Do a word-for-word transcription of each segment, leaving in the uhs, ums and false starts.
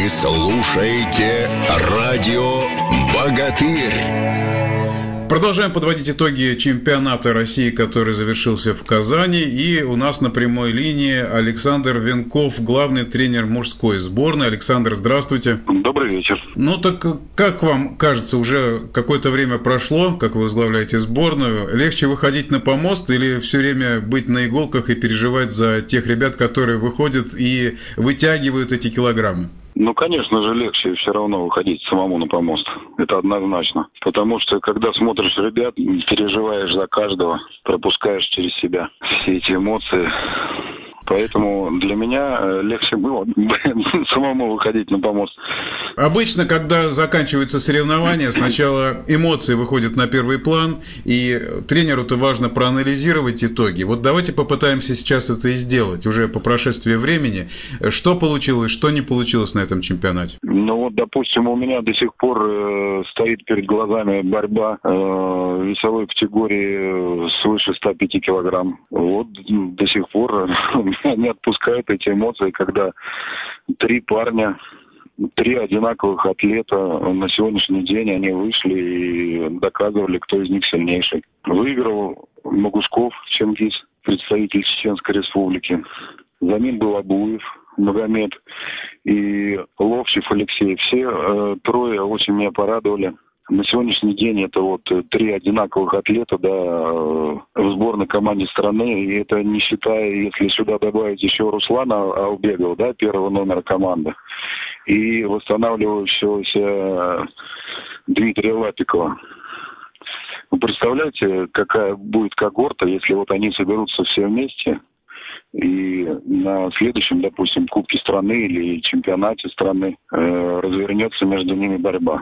Вы слушаете радио «Богатырь». Продолжаем подводить итоги чемпионата России, который завершился в Казани. И у нас на прямой линии Александр Венков, главный тренер мужской сборной. Александр, здравствуйте. Добрый вечер. Ну так как вам кажется, уже какое-то время прошло, как вы возглавляете сборную, легче выходить на помост или все время быть на иголках и переживать за тех ребят, которые выходят и вытягивают эти килограммы? Ну, конечно же, легче все равно выходить самому на помост. Это однозначно. Потому что, когда смотришь ребят, переживаешь за каждого, пропускаешь через себя все эти эмоции. Поэтому для меня легче было самому выходить на помост. Обычно, когда заканчиваются соревнования, сначала эмоции выходят на первый план, и тренеру-то важно проанализировать итоги. Вот давайте попытаемся сейчас это и сделать, уже по прошествии времени. Что получилось, что не получилось на этом чемпионате? Ну вот, допустим, у меня до сих пор э, стоит перед глазами борьба э, весовой категории свыше ста пяти килограмм. Вот до сих пор не отпускают эти эмоции, когда три парня, три одинаковых атлета на сегодняшний день они вышли и доказывали, кто из них сильнейший. Выиграл Магушков Чингис, представитель Чеченской Республики. За ним был Абуев Магомед и Ловчев Алексей. Все э, трое очень меня порадовали. На сегодняшний день это вот три одинаковых атлета, да, в сборной команде страны. И это не считая, если сюда добавить еще Руслана Аубегова, да, первого номера команды, и восстанавливающегося Дмитрия Лапикова. Вы представляете, какая будет когорта, если вот они соберутся все вместе и на следующем, допустим, Кубке страны или чемпионате страны э, развернется между ними борьба.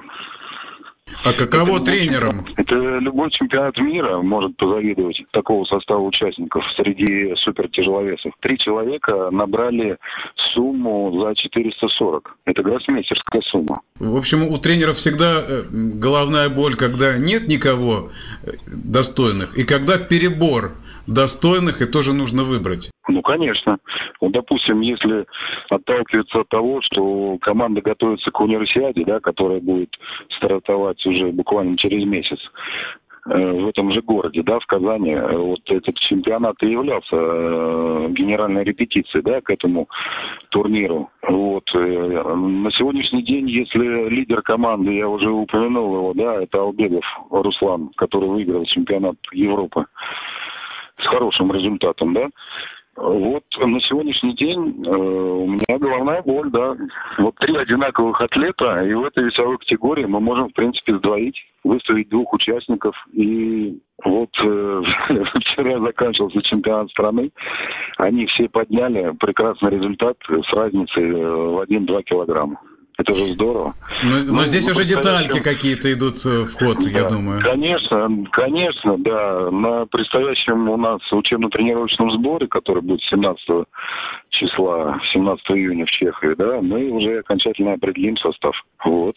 А каково это тренерам? Это любой чемпионат мира может позавидовать такого состава участников среди супертяжеловесов. Три человека набрали сумму за четыреста сорок. Это гроссмейстерская сумма. В общем, у тренеров всегда головная боль, когда нет никого достойных, и когда перебор достойных, и тоже нужно выбрать. Ну, конечно. Вот, допустим, если отталкиваться от того, что команда готовится к универсиаде, да, которая будет стартовать уже буквально через месяц э, в этом же городе, да, в Казани, вот этот чемпионат и являлся э, генеральной репетицией, да, к этому турниру. Вот. Э, на сегодняшний день, если лидер команды, я уже упомянул его, да, это Албегов Руслан, который выиграл чемпионат Европы с хорошим результатом, да. Вот на сегодняшний день э, у меня головная боль, да. Вот три одинаковых атлета, и в этой весовой категории мы можем, в принципе, сдвоить, выставить двух участников. И вот э, вчера заканчивался чемпионат страны, они все подняли прекрасный результат с разницей в один-два килограмма. Это же здорово. Но, но ну, здесь ну, уже детальки какие-то идут в ход, да, я думаю. Конечно, конечно, да. На предстоящем у нас учебно-тренировочном сборе, который будет семнадцатого числа, семнадцатого июня в Чехии, да, мы уже окончательно определим состав. Вот.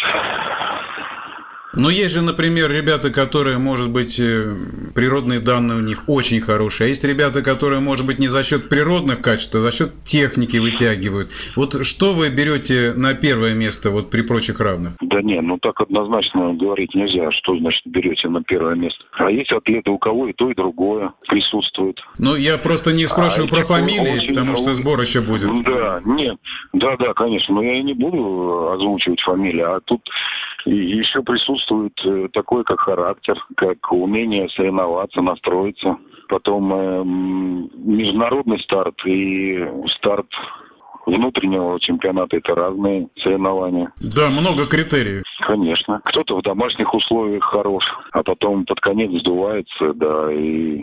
Но есть же, например, ребята, которые, может быть, природные данные у них очень хорошие, а есть ребята, которые, может быть, не за счет природных качеств, а за счет техники вытягивают. Вот что вы берете на первое место вот при прочих равных? Да не, ну так однозначно говорить нельзя, что значит берете на первое место. А есть атлеты, у кого и то, и другое присутствует. Ну, я просто не спрашиваю а про фамилии, очень, потому что сбор еще будет. Да, нет, да, да, конечно, но я и не буду озвучивать фамилии, а тут и еще присутствует такой, как характер, как умение соревноваться, настроиться. Потом э, международный старт и старт внутреннего чемпионата – это разные соревнования. Да, много критериев. Конечно. Кто-то в домашних условиях хорош, а потом под конец сдувается, да, и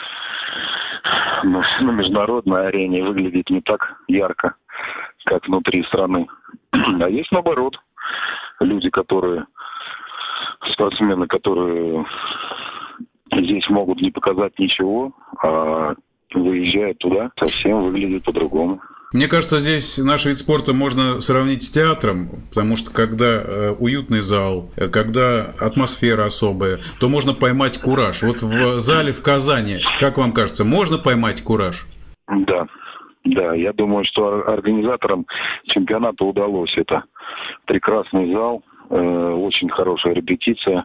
на международной арене выглядит не так ярко, как внутри страны. А есть наоборот. Люди, которые, спортсмены, которые здесь могут не показать ничего, а выезжают туда, совсем выглядит по-другому. Мне кажется, здесь наш вид спорта можно сравнить с театром, потому что когда э, уютный зал, э, когда атмосфера особая, то можно поймать кураж. Вот в зале в Казани, как вам кажется, можно поймать кураж? Да. Да, я думаю, что организаторам чемпионата удалось это. Прекрасный зал, э, очень хорошая репетиция.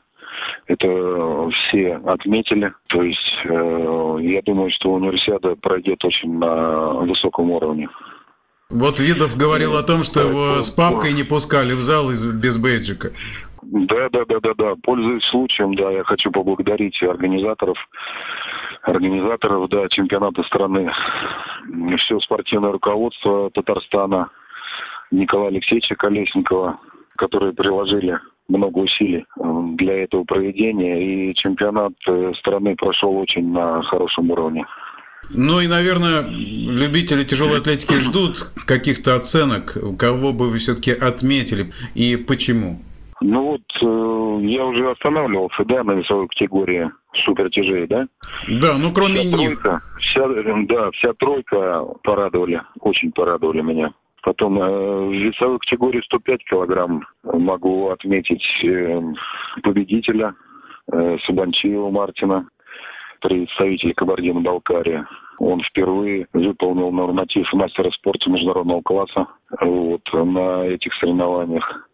Это все отметили. То есть э, я думаю, что универсиада пройдет очень на высоком уровне. Вот Видов говорил о том, что его с папкой не пускали в зал из, без бейджика. Да, да, да, да, да. Пользуясь случаем, да, я хочу поблагодарить организаторов, организаторов, да, чемпионата страны, все спортивное руководство Татарстана, Николая Алексеевича Колесникова, которые приложили много усилий для этого проведения, и чемпионат страны прошел очень на хорошем уровне. Ну и, наверное, любители тяжелой атлетики ждут каких-то оценок, кого бы вы все-таки отметили и почему? Ну вот, э, я уже останавливался, да, на весовой категории супертяжей, да? Да, ну кроме вся них. Тройка, вся, да, вся тройка порадовали, очень порадовали меня. Потом э, в весовой категории сто пять килограмм могу отметить э, победителя э, Сабанчиева Мартина, представитель Кабардино-Балкарии. Он впервые выполнил норматив мастера спорта международного класса вот, на этих соревнованиях.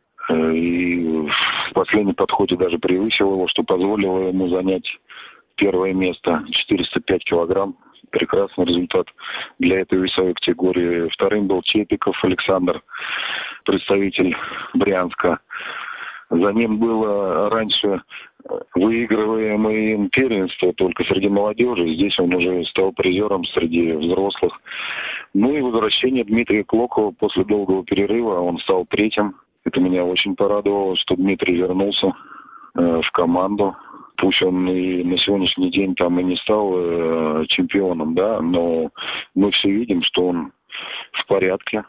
И в последнем подходе даже превысил его, что позволило ему занять первое место, четыреста пять килограмм. Прекрасный результат для этой весовой категории. Вторым был Чепиков Александр, представитель Брянска. За ним было раньше выигрываемое им первенство только среди молодежи. Здесь он уже стал призером среди взрослых. Ну и возвращение Дмитрия Клокова после долгого перерыва. Он стал третьим. Это меня очень порадовало, что Дмитрий вернулся э, в команду. Пусть он и на сегодняшний день там и не стал э, чемпионом, да, но мы все видим, что он в порядке,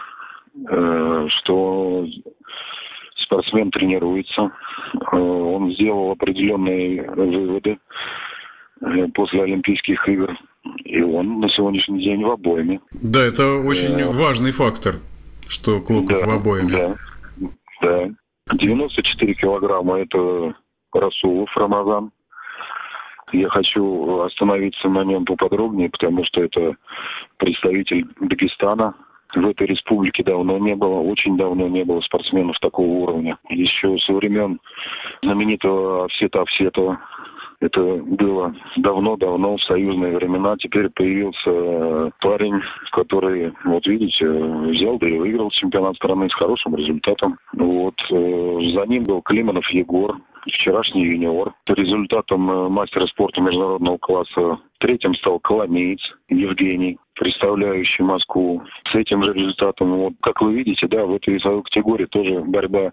э, что спортсмен тренируется. Э, он сделал определенные выводы э, после Олимпийских игр, и он на сегодняшний день в обойме. Да, это очень э, важный фактор, что Клоков да, в обойме. Да. Да. девяносто четыре килограмма – это Расулов Рамазан. Я хочу остановиться на нем поподробнее, потому что это представитель Дагестана. В этой республике давно не было, очень давно не было спортсменов такого уровня. Еще со времен знаменитого Овсета Овсетова. Это было давно-давно, в союзные времена. Теперь появился парень, который, вот видите, взял да и выиграл чемпионат страны с хорошим результатом. Вот. За ним был Климанов Егор, вчерашний юниор. По результатам мастера спорта международного класса третьим стал Коломеец Евгений, представляющий Москву. С этим же результатом, вот, как вы видите, да, в этой весовой категории тоже борьба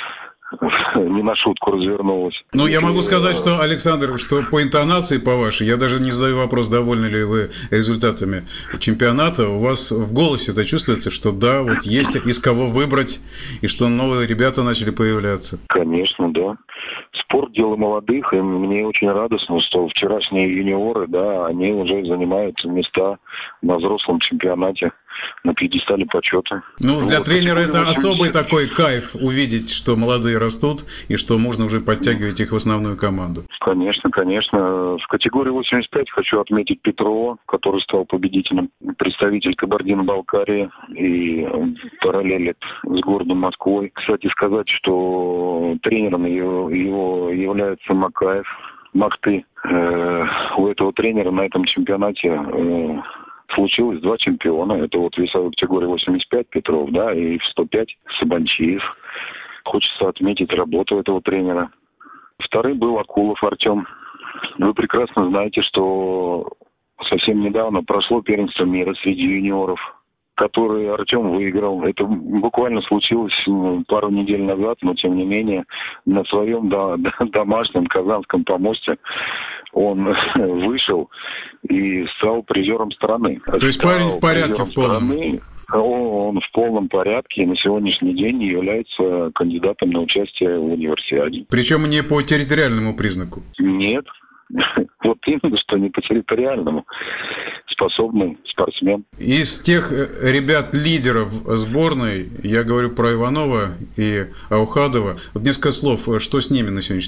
не на шутку развернулась. Ну, я могу сказать, что, Александр, что по интонации, по вашей, я даже не задаю вопрос, довольны ли вы результатами чемпионата, у вас в голосе это чувствуется, что да, вот есть из кого выбрать, и что новые ребята начали появляться. Конечно, да. Спорт – дело молодых, и мне очень радостно, что вчерашние юниоры, да, они уже занимают места на взрослом чемпионате, на пьедестале почета. Ну, для вот, тренера это очень особый такой кайф увидеть, что молодые растут, и что можно уже подтягивать их в основную команду. Конечно, конечно. В категории восемьдесят пять хочу отметить Петрова, который стал победителем, представитель Кабардино-Балкарии и параллелит с городом Москвой. Кстати сказать, что тренером его, его является Макаев, Махты. Э, у этого тренера на этом чемпионате э, случилось два чемпиона. Это вот весовой категории восемьдесят пять Петров, да, и в сто пять Сабанчиев. Хочется отметить работу этого тренера. Вторым был Акулов Артем. Вы прекрасно знаете, что совсем недавно прошло первенство мира среди юниоров, который Артем выиграл. Это буквально случилось пару недель назад, но тем не менее на своем домашнем казанском помосте он вышел и стал призером страны. То есть парень в порядке в полном? Страны. Он в полном порядке и на сегодняшний день является кандидатом на участие в универсиаде. Причем не по территориальному признаку? Нет. Вот именно, что не по территориальному. Способный спортсмен. Из тех ребят-лидеров сборной, я говорю про Иванова и Аухадова, вот несколько слов, что с ними на сегодняшний день?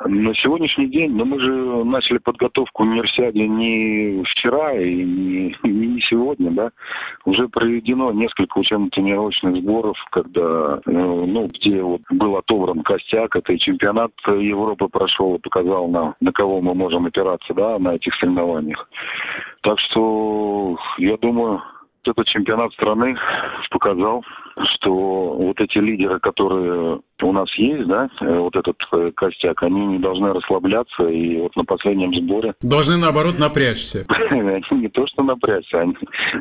На сегодняшний день, но мы же начали подготовку к универсиаде не вчера и не, не сегодня, да. Уже проведено несколько учебно-тренировочных сборов, когда, ну, где вот был отобран костяк, это и чемпионат Европы прошел и показал нам, на кого мы можем опираться, да, на этих соревнованиях. Так что, я думаю, этот чемпионат страны показал, что вот эти лидеры, которые у нас есть, да, вот этот костяк, они не должны расслабляться, и вот на последнем сборе... Должны, наоборот, напрячься. Они не то, что напрячься, они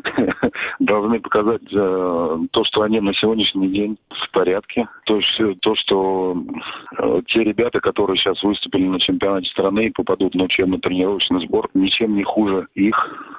должны показать то, что они на сегодняшний день в порядке. То есть то, что те ребята, которые сейчас выступили на чемпионате страны и попадут на учебно-тренировочный сбор, ничем не хуже их,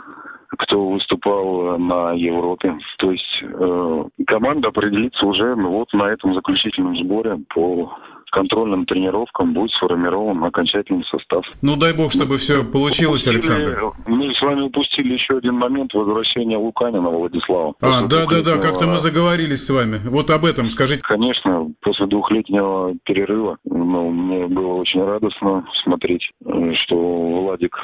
кто выступал на Европе. То есть э, команда определится уже ну, вот на этом заключительном сборе по контрольным тренировкам, будет сформирован окончательный состав. Ну, дай бог, чтобы все получилось, Александр. Мы с вами упустили еще один момент возвращения Луканина Владислава. А, да-да-да, как-то мы заговорились с вами. Вот об этом скажите. Конечно, после двухлетнего перерыва ну, мне было очень радостно смотреть, что Владик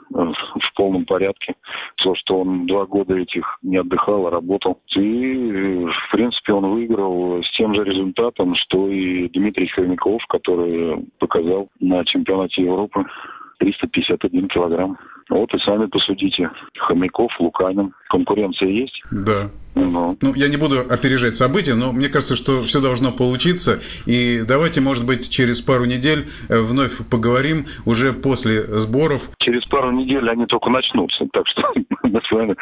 в полном порядке. То, что он два года этих не отдыхал, а работал. И, в принципе, он выиграл с тем же результатом, что и Дмитрий Хомяков, который показал на чемпионате Европы триста пятьдесят один килограмм. Вот и сами посудите. Хомяков, Луканин. Конкуренция есть? Да. Но. Ну, я не буду опережать события, но мне кажется, что все должно получиться. И давайте, может быть, через пару недель вновь поговорим уже после сборов. Через пару недель они только начнутся. Так что мы с вами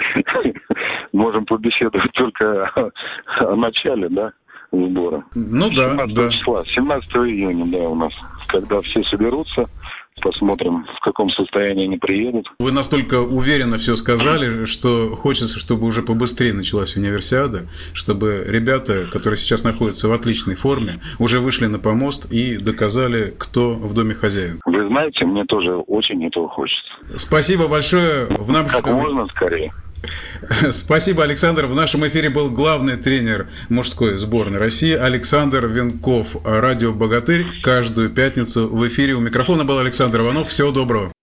можем побеседовать только о начале, да, сбора. Ну да, да. числа, семнадцатого июня, да, у нас. Когда все соберутся, посмотрим, в каком состоянии они приедут. Вы настолько уверенно все сказали, что хочется, чтобы уже побыстрее началась универсиада, чтобы ребята, которые сейчас находятся в отличной форме, уже вышли на помост и доказали, кто в доме хозяин. Вы знаете, мне тоже очень этого хочется. Спасибо большое. В нам... Как можно скорее. Спасибо, Александр. В нашем эфире был главный тренер мужской сборной России Александр Венков. Радио «Богатырь» каждую пятницу в эфире. У микрофона был Александр Иванов. Всего доброго.